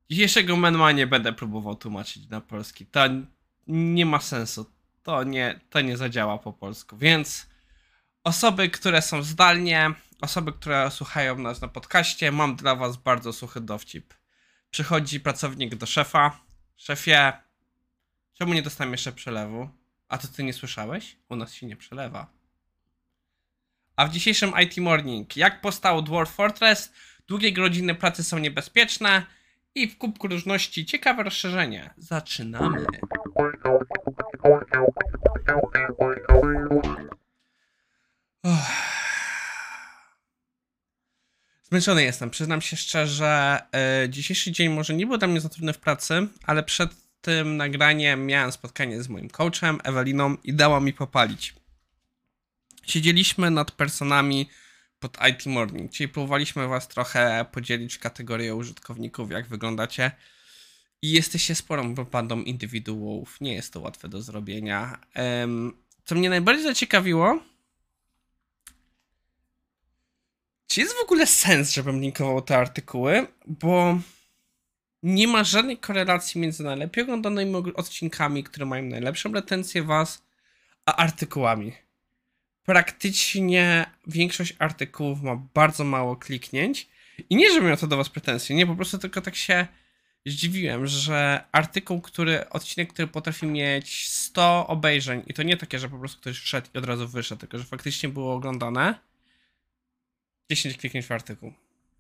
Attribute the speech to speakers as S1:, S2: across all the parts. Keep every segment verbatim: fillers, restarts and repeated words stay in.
S1: Dzisiejszego menua nie będę próbował tłumaczyć na polski. To nie ma sensu. To nie, to nie zadziała po polsku. Więc osoby, które są zdalnie, osoby, które słuchają nas na podcaście, mam dla was bardzo suchy dowcip. Przychodzi pracownik do szefa. Szefie, czemu nie dostałem jeszcze przelewu? A to ty nie słyszałeś? U nas się nie przelewa. A w dzisiejszym I T Morning, jak powstał Dwarf Fortress, długie godziny pracy są niebezpieczne i w kubku różności ciekawe rozszerzenie. Zaczynamy. Uff. Zmęczony jestem, przyznam się szczerze. Yy, dzisiejszy dzień może nie był dla mnie za trudny w pracy, ale przed tym nagraniem miałem spotkanie z moim coachem, Eweliną, i dała mi popalić. Siedzieliśmy nad personami pod I T Morning, czyli próbowaliśmy was trochę podzielić w kategorie użytkowników, jak wyglądacie. I jesteście sporą bandą indywiduałów, nie jest to łatwe do zrobienia. Um, co mnie najbardziej zaciekawiło, czy jest w ogóle sens, żebym linkował te artykuły, bo nie ma żadnej korelacji między najlepiej oglądanymi odcinkami, które mają najlepszą retencję was, a artykułami. Praktycznie większość artykułów ma bardzo mało kliknięć i nie, żebym miał to do was pretensje, nie, po prostu tylko tak się zdziwiłem, że artykuł, który, odcinek, który potrafi mieć sto obejrzeń i to nie takie, że po prostu ktoś wszedł i od razu wyszedł, tylko że faktycznie było oglądane, dziesięć kliknięć w artykuł.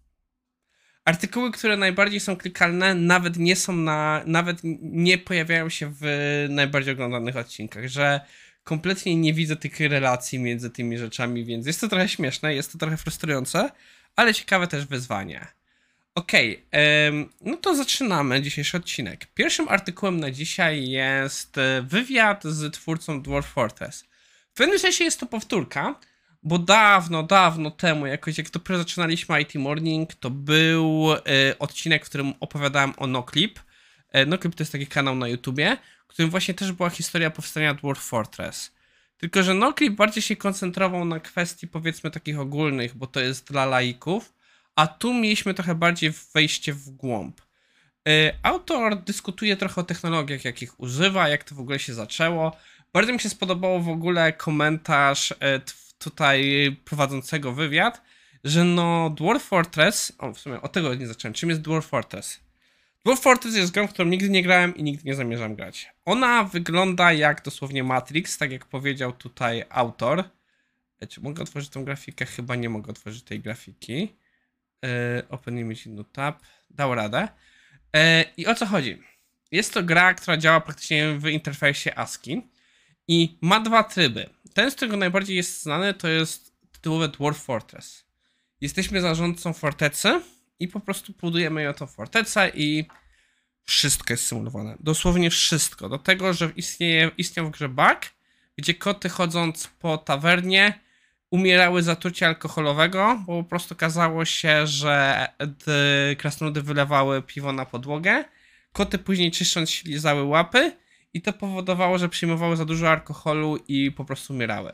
S1: Artykuły, które najbardziej są klikalne, nawet nie są na, nawet nie pojawiają się w najbardziej oglądanych odcinkach, że kompletnie nie widzę tych relacji między tymi rzeczami, więc jest to trochę śmieszne, jest to trochę frustrujące, ale ciekawe też wyzwanie. Okej, okay, no to zaczynamy dzisiejszy odcinek. Pierwszym artykułem na dzisiaj jest wywiad z twórcą Dwarf Fortress. W pewnym sensie jest to powtórka, bo dawno, dawno temu, jakoś jak dopiero zaczynaliśmy I T Morning, to był y, odcinek, w którym opowiadałem o NoClip. Y, NoClip to jest taki kanał na YouTubie, w którym właśnie też była historia powstania Dwarf Fortress. Tylko że NoClip bardziej się koncentrował na kwestii, powiedzmy, takich ogólnych, bo to jest dla laików, a tu mieliśmy trochę bardziej wejście w głąb. Y, autor dyskutuje trochę o technologiach, jakich używa, jak to w ogóle się zaczęło. Bardzo mi się spodobało w ogóle komentarz y, tutaj prowadzącego wywiad, że no Dwarf Fortress, o w sumie od tego nie zacząłem, czym jest Dwarf Fortress? Dwarf Fortress jest grą, w którą nigdy nie grałem i nigdy nie zamierzam grać. Ona wygląda jak dosłownie Matrix, tak jak powiedział tutaj autor. Czy mogę otworzyć tą grafikę? Chyba nie mogę otworzyć tej grafiki. Yy, open Image New Tab. Dał radę. Yy, I o co chodzi? Jest to gra, która działa praktycznie w interfejsie ASCII i ma dwa tryby. Ten, z którego najbardziej jest znany, to jest tytułowe Dwarf Fortress. Jesteśmy zarządcą fortecy i po prostu budujemy ją tą fortecę i wszystko jest symulowane. Dosłownie wszystko. Do tego, że istnieje, istniał w grze bug, gdzie koty chodząc po tawernie umierały z zatrucia alkoholowego, bo po prostu okazało się, że krasnoludy wylewały piwo na podłogę. Koty później czyszcząc się lizały łapy i to powodowało, że przyjmowały za dużo alkoholu i po prostu umierały.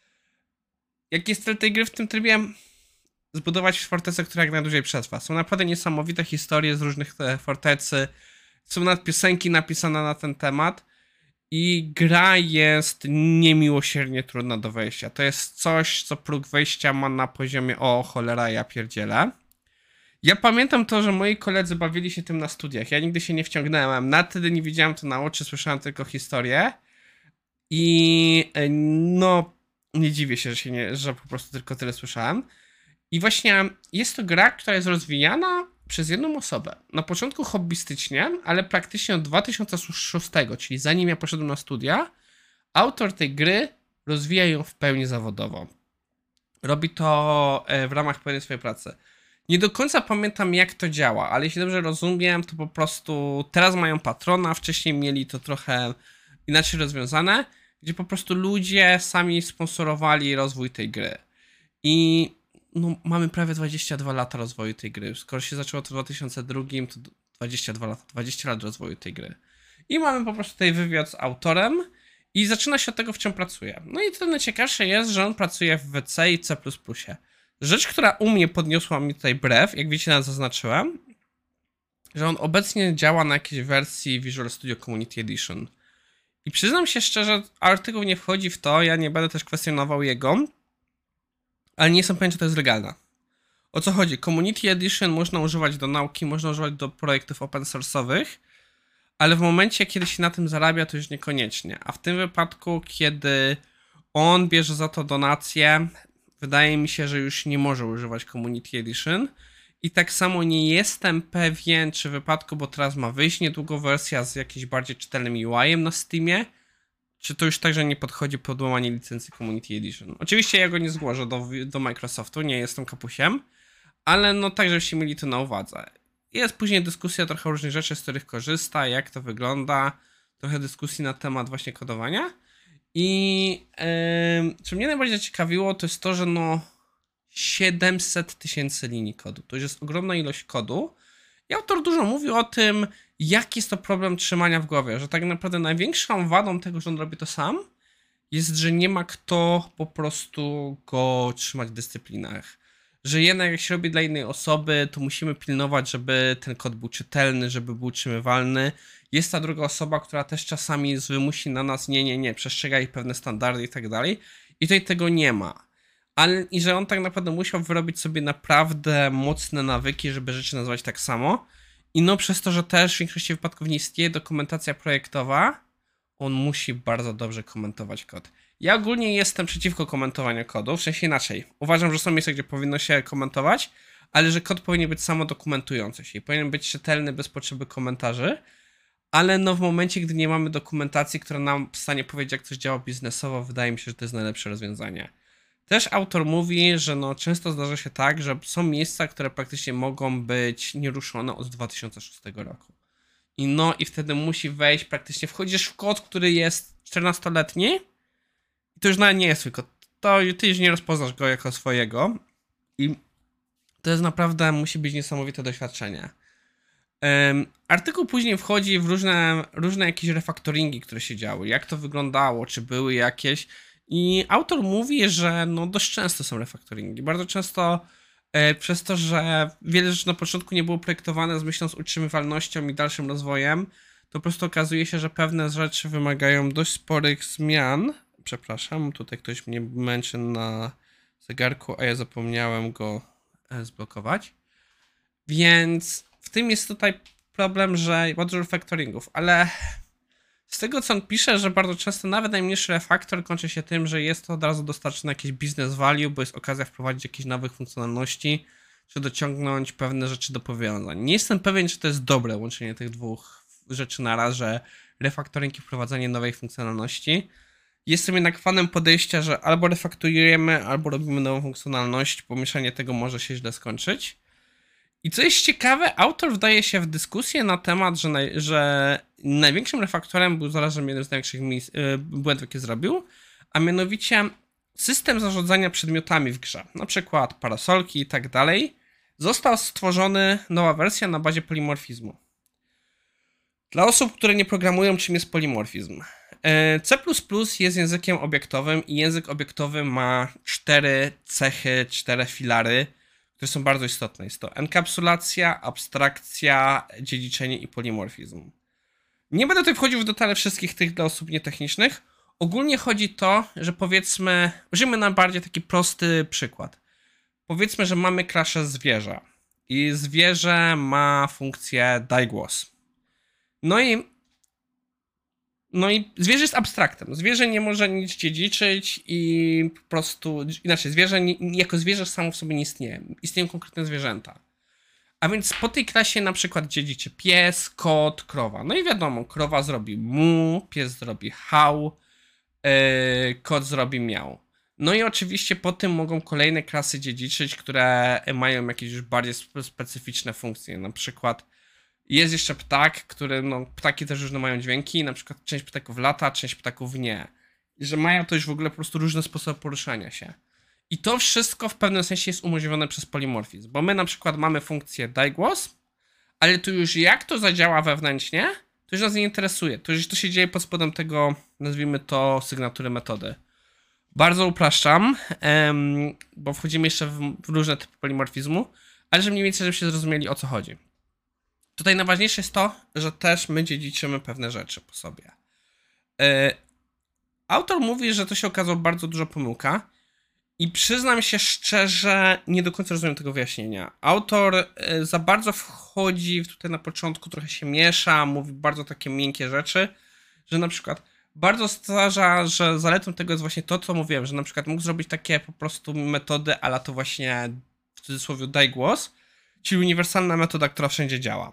S1: Jaki jest cel tej gry w tym trybie? Zbudować fortecę, która jak najdłużej przetrwa. Są naprawdę niesamowite historie z różnych fortecy. Są nawet piosenki napisane na ten temat. I gra jest niemiłosiernie trudna do wejścia. To jest coś, co próg wejścia ma na poziomie o cholera, ja pierdzielę. Ja pamiętam to, że moi koledzy bawili się tym na studiach. Ja nigdy się nie wciągnąłem. Na wtedy nie widziałem to na oczy, słyszałem tylko historię. I no, nie dziwię się, że, się nie, że po prostu tylko tyle słyszałem. I właśnie jest to gra, która jest rozwijana przez jedną osobę. Na początku hobbystycznie, ale praktycznie od dwa tysiące szóstego, czyli zanim ja poszedłem na studia, autor tej gry rozwija ją w pełni zawodowo. Robi to w ramach pełnej swojej pracy. Nie do końca pamiętam, jak to działa, ale jeśli dobrze rozumiem, to po prostu teraz mają patrona, wcześniej mieli to trochę inaczej rozwiązane, gdzie po prostu ludzie sami sponsorowali rozwój tej gry. I no, mamy prawie dwadzieścia dwa lata rozwoju tej gry. Skoro się zaczęło to w dwa tysiące drugim, to dwadzieścia dwa lata, dwadzieścia lat rozwoju tej gry. I mamy po prostu tutaj wywiad z autorem i zaczyna się od tego, w czym pracuje. No i to najciekawsze jest, że on pracuje w C i C plus plus. Rzecz, która u mnie podniosła mi tutaj brew, jak widzicie, zaznaczyłem, że on obecnie działa na jakiejś wersji Visual Studio Community Edition. I przyznam się szczerze, artykuł nie wchodzi w to, ja nie będę też kwestionował jego, ale nie jestem pewien, czy to jest legalne. O co chodzi? Community Edition można używać do nauki, można używać do projektów open source'owych, ale w momencie, kiedy się na tym zarabia, to już niekoniecznie. A w tym wypadku, kiedy on bierze za to donacje, wydaje mi się, że już nie może używać Community Edition. I tak samo nie jestem pewien, czy w wypadku, bo teraz ma wyjść niedługo wersja z jakimś bardziej czytelnym U I-em na Steamie, czy to już także nie podchodzi pod łamanie licencji Community Edition. Oczywiście ja go nie zgłoszę do, do Microsoftu, nie jestem kapusiem, ale no tak, żebyście mieli to na uwadze. Jest później dyskusja trochę o różnych rzeczy, z których korzysta, jak to wygląda, trochę dyskusji na temat właśnie kodowania. I yy, co mnie najbardziej zaciekawiło, to jest to, że no siedemset tysięcy linii kodu. To już jest ogromna ilość kodu. I autor dużo mówi o tym, jaki jest to problem trzymania w głowie, że tak naprawdę największą wadą tego, że on robi to sam, jest, że nie ma kto po prostu go trzymać w dyscyplinach. Że jednak jak się robi dla innej osoby, to musimy pilnować, żeby ten kod był czytelny, żeby był utrzymywalny. Jest ta druga osoba, która też czasami wymusi na nas, nie, nie, nie, przestrzegaj pewne standardy i tak dalej. I tutaj tego nie ma. Ale i że on tak naprawdę musiał wyrobić sobie naprawdę mocne nawyki, żeby rzeczy nazywać tak samo. I no przez to, że też w większości wypadków nie istnieje dokumentacja projektowa, on musi bardzo dobrze komentować kod. Ja ogólnie jestem przeciwko komentowaniu kodu, w sensie inaczej. Uważam, że są miejsca, gdzie powinno się komentować, ale że kod powinien być samodokumentujący się i powinien być czytelny bez potrzeby komentarzy. Ale no w momencie, gdy nie mamy dokumentacji, która nam w stanie powiedzieć, jak coś działa biznesowo, wydaje mi się, że to jest najlepsze rozwiązanie. Też autor mówi, że no często zdarza się tak, że są miejsca, które praktycznie mogą być nieruszone od dwa tysiące szóstego roku. I no i wtedy musi wejść, praktycznie wchodzisz w kod, który jest czternastoletni i to już nawet nie jest twój kod. To ty już nie rozpoznasz go jako swojego i to jest naprawdę, musi być niesamowite doświadczenie. Um, artykuł później wchodzi w różne, różne jakieś refaktoringi, które się działy, jak to wyglądało, czy były jakieś. I autor mówi, że no dość często są refaktoringi. Bardzo często e, przez to, że wiele rzeczy na początku nie było projektowane z myślą z utrzymywalnością i dalszym rozwojem, to po prostu okazuje się, że pewne rzeczy wymagają dość sporych zmian. Przepraszam, tutaj ktoś mnie męczy na zegarku, a ja zapomniałem go e, zblokować. Więc w tym jest tutaj problem, że bardzo refaktoringów, ale z tego, co on pisze, że bardzo często nawet najmniejszy refaktor kończy się tym, że jest to od razu dostarczone jakieś business value, bo jest okazja wprowadzić jakieś nowych funkcjonalności, czy dociągnąć pewne rzeczy do powiązań. Nie jestem pewien, czy to jest dobre łączenie tych dwóch rzeczy naraz, że refaktoring i wprowadzenie nowej funkcjonalności. Jestem jednak fanem podejścia, że albo refaktorujemy, albo robimy nową funkcjonalność, bo mieszanie tego może się źle skończyć. I co jest ciekawe, autor wdaje się w dyskusję na temat, że, naj, że największym refaktorem był zarazem jeden z największych mis, yy, błędów, jakie zrobił, a mianowicie system zarządzania przedmiotami w grze, na przykład parasolki i tak dalej, został stworzony nowa wersja na bazie polimorfizmu. Dla osób, które nie programują, czym jest polimorfizm. C plus plus jest językiem obiektowym i język obiektowy ma cztery cechy, cztery filary, które są bardzo istotne. Jest to enkapsulacja, abstrakcja, dziedziczenie i polimorfizm. Nie będę tutaj wchodził w detale wszystkich tych dla osób nietechnicznych. Ogólnie chodzi to, że powiedzmy, użyjmy na bardziej taki prosty przykład. Powiedzmy, że mamy klaszę zwierzę i zwierzę ma funkcję daj głos. No i No i zwierzę jest abstraktem. Zwierzę nie może nic dziedziczyć i po prostu, inaczej, zwierzę nie, jako zwierzę samo w sobie nie istnieje. Istnieją konkretne zwierzęta. A więc po tej klasie na przykład dziedziczy pies, kot, krowa. No i wiadomo, krowa zrobi mu, pies zrobi hał, yy, kot zrobi miał. No i oczywiście po tym mogą kolejne klasy dziedziczyć, które mają jakieś już bardziej specyficzne funkcje. Na przykład jest jeszcze ptak, który, no ptaki też różne mają dźwięki, na przykład część ptaków lata, część ptaków nie. I że mają to już w ogóle po prostu różne sposoby poruszania się. I to wszystko w pewnym sensie jest umożliwione przez polimorfizm, bo my na przykład mamy funkcję daj głos, ale to już jak to zadziała wewnętrznie, to już nas nie interesuje. To już to się dzieje pod spodem tego, nazwijmy to, sygnatury metody. Bardzo upraszczam, bo wchodzimy jeszcze w różne typy polimorfizmu, ale że mniej więcej, żebyście zrozumieli, o co chodzi. Tutaj najważniejsze jest to, że też my dziedziczymy pewne rzeczy po sobie. Yy, autor mówi, że to się okazało bardzo duża pomyłka i przyznam się szczerze, nie do końca rozumiem tego wyjaśnienia. Autor yy, za bardzo wchodzi tutaj na początku, trochę się miesza, mówi bardzo takie miękkie rzeczy, że na przykład bardzo stwarza, że zaletą tego jest właśnie to, co mówiłem, że na przykład mógł zrobić takie po prostu metody, ale to właśnie w cudzysłowie daj głos, czyli uniwersalna metoda, która wszędzie działa.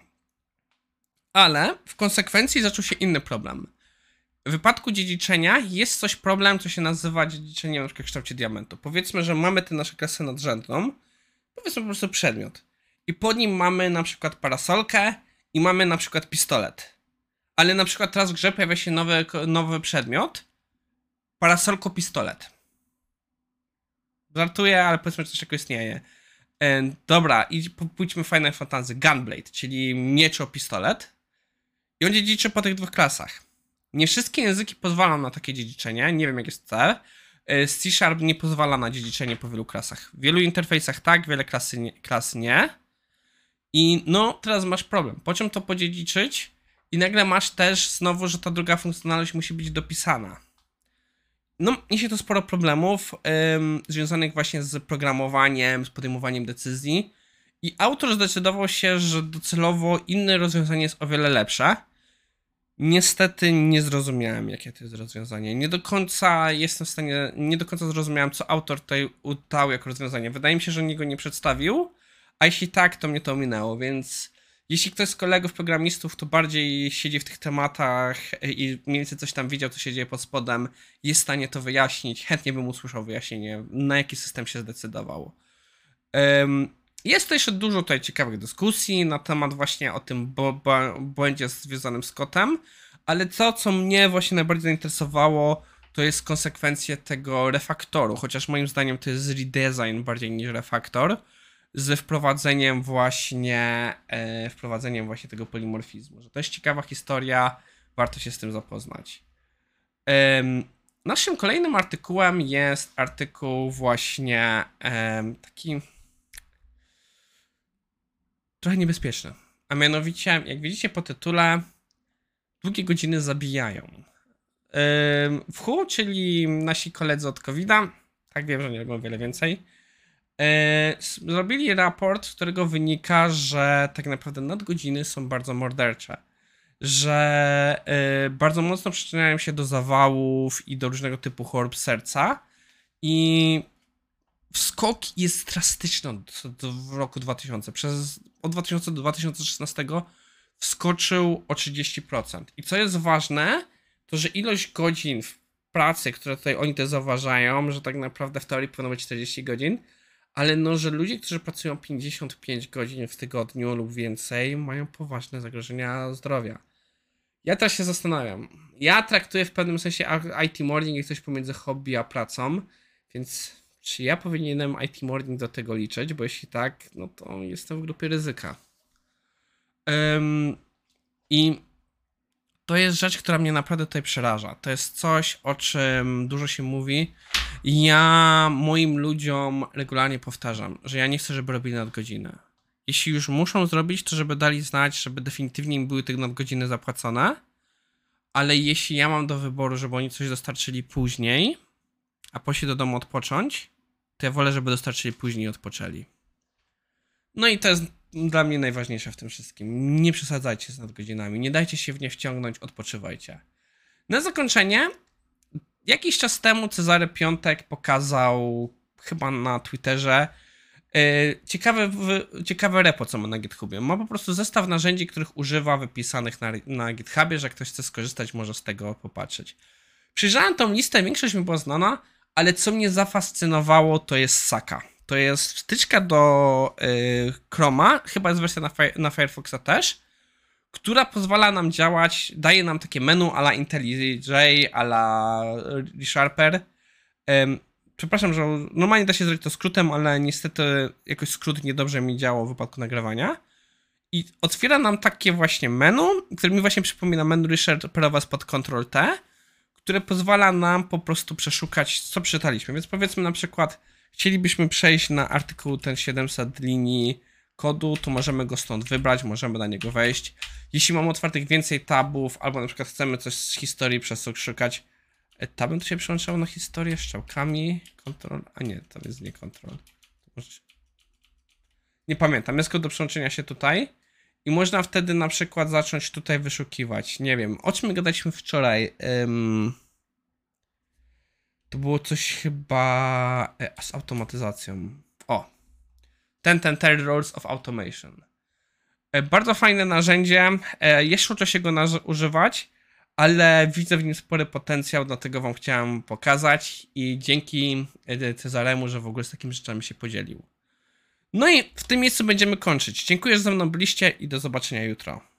S1: Ale w konsekwencji zaczął się inny problem. W wypadku dziedziczenia jest coś problem, co się nazywa dziedziczeniem na przykład w kształcie diamentu. Powiedzmy, że mamy tę naszą klasę nadrzędną, powiedzmy po prostu przedmiot. I pod nim mamy na przykład parasolkę i mamy na przykład pistolet. Ale na przykład teraz w grze pojawia się nowy, nowy przedmiot. Parasolko pistolet. Żartuję, ale powiedzmy, że coś takiego istnieje. E, dobra, i pójdźmy w Final Fantasy. Gunblade, czyli miecz o pistolet. I on dziedziczy po tych dwóch klasach. Nie wszystkie języki pozwalają na takie dziedziczenie. Nie wiem, jak jest C. C-Sharp nie pozwala na dziedziczenie po wielu klasach. W wielu interfejsach tak, wiele klasy nie, klas nie. I no, teraz masz problem. Po czym to podziedziczyć? I nagle masz też znowu, że ta druga funkcjonalność musi być dopisana. No, niesie to sporo problemów ym, związanych właśnie z programowaniem, z podejmowaniem decyzji. I autor zdecydował się, że docelowo inne rozwiązanie jest o wiele lepsze. Niestety nie zrozumiałem, jakie to jest rozwiązanie. Nie do końca jestem w stanie, nie do końca zrozumiałem, co autor tutaj udał jako rozwiązanie. Wydaje mi się, że niego nie przedstawił, a jeśli tak, to mnie to ominęło, więc jeśli ktoś z kolegów programistów, to bardziej siedzi w tych tematach i mniej więcej coś tam widział, co się dzieje pod spodem, jest w stanie to wyjaśnić, chętnie bym usłyszał wyjaśnienie, na jaki system się zdecydował. Um, Jest to jeszcze dużo tutaj ciekawych dyskusji na temat właśnie o tym błędzie związanym z kodem, ale to, co mnie właśnie najbardziej zainteresowało, to jest konsekwencje tego refaktoru, chociaż moim zdaniem to jest redesign bardziej niż refaktor, z wprowadzeniem właśnie e, wprowadzeniem właśnie tego polimorfizmu. Że to jest ciekawa historia, warto się z tym zapoznać. Um, naszym kolejnym artykułem jest artykuł właśnie um, taki trochę niebezpieczny. A mianowicie, jak widzicie po tytule, długie godziny zabijają. Um, w H U, czyli nasi koledzy od kowida, tak wiem, że nie robią wiele więcej, zrobili raport, z którego wynika, że tak naprawdę nadgodziny są bardzo mordercze. Że y, bardzo mocno przyczyniają się do zawałów i do różnego typu chorób serca. I skok jest drastyczny od, od, w roku dwa tysiące. Przez, od dwa tysiące do dwa tysiące szesnastego wskoczył o trzydzieści procent. I co jest ważne, to że ilość godzin w pracy, które tutaj oni też zauważają, że tak naprawdę w teorii powinno być czterdzieści godzin, ale no, że ludzie, którzy pracują pięćdziesiąt pięć godzin w tygodniu lub więcej, mają poważne zagrożenia zdrowia. Ja też się zastanawiam. Ja traktuję w pewnym sensie I T morning jak coś pomiędzy hobby a pracą, więc czy ja powinienem I T morning do tego liczyć, bo jeśli tak, no to jestem w grupie ryzyka. Um, I to jest rzecz, która mnie naprawdę tutaj przeraża. To jest coś, o czym dużo się mówi. Ja moim ludziom regularnie powtarzam, że ja nie chcę, żeby robili nadgodziny. Jeśli już muszą zrobić, to żeby dali znać, żeby definitywnie im były te nadgodziny zapłacone. Ale jeśli ja mam do wyboru, żeby oni coś dostarczyli później, a poszli do domu odpocząć, to ja wolę, żeby dostarczyli później i odpoczęli. No i to jest dla mnie najważniejsze w tym wszystkim. Nie przesadzajcie z nadgodzinami, nie dajcie się w nie wciągnąć, odpoczywajcie. Na zakończenie, jakiś czas temu Cezary Piątek pokazał, chyba na Twitterze, yy, ciekawe, w, ciekawe repo, co ma na GitHubie. Ma po prostu zestaw narzędzi, których używa, wypisanych na, na GitHubie, że jak ktoś chce skorzystać, może z tego popatrzeć. Przyjrzałem tą listę, większość mi była znana, ale co mnie zafascynowało, to jest Saka. To jest wtyczka do yy, Chroma, chyba jest wersja na, na Firefoxa też, która pozwala nam działać, daje nam takie menu a la IntelliJ, a la ReSharper. Ym, przepraszam, że normalnie da się zrobić to skrótem, ale niestety jakoś skrót niedobrze mi działał w wypadku nagrywania. I otwiera nam takie właśnie menu, które mi właśnie przypomina menu ReSharperowe spod kontrol T, które pozwala nam po prostu przeszukać, co przeczytaliśmy. Więc powiedzmy na przykład, chcielibyśmy przejść na artykuł ten siedemset linii kodu, to możemy go stąd wybrać, możemy na niego wejść. Jeśli mamy otwartych więcej tabów, albo na przykład chcemy coś z historii przeszukać, tabem to się przełączało na historię, strzałkami, kontrol, a nie, to jest nie kontrol. Nie pamiętam, jest kod do przełączenia się tutaj i można wtedy na przykład zacząć tutaj wyszukiwać. Nie wiem, o czym my gadaliśmy wczoraj. Um, to było coś chyba e, z automatyzacją. O, ten, ten, ten Rules of Automation. E, bardzo fajne narzędzie, e, jeszcze uczę się go używać, ale widzę w nim spory potencjał, dlatego wam chciałem pokazać i dzięki Cezaremu, że w ogóle z takimi rzeczami się podzielił. No i w tym miejscu będziemy kończyć. Dziękuję, że ze mną byliście i do zobaczenia jutro.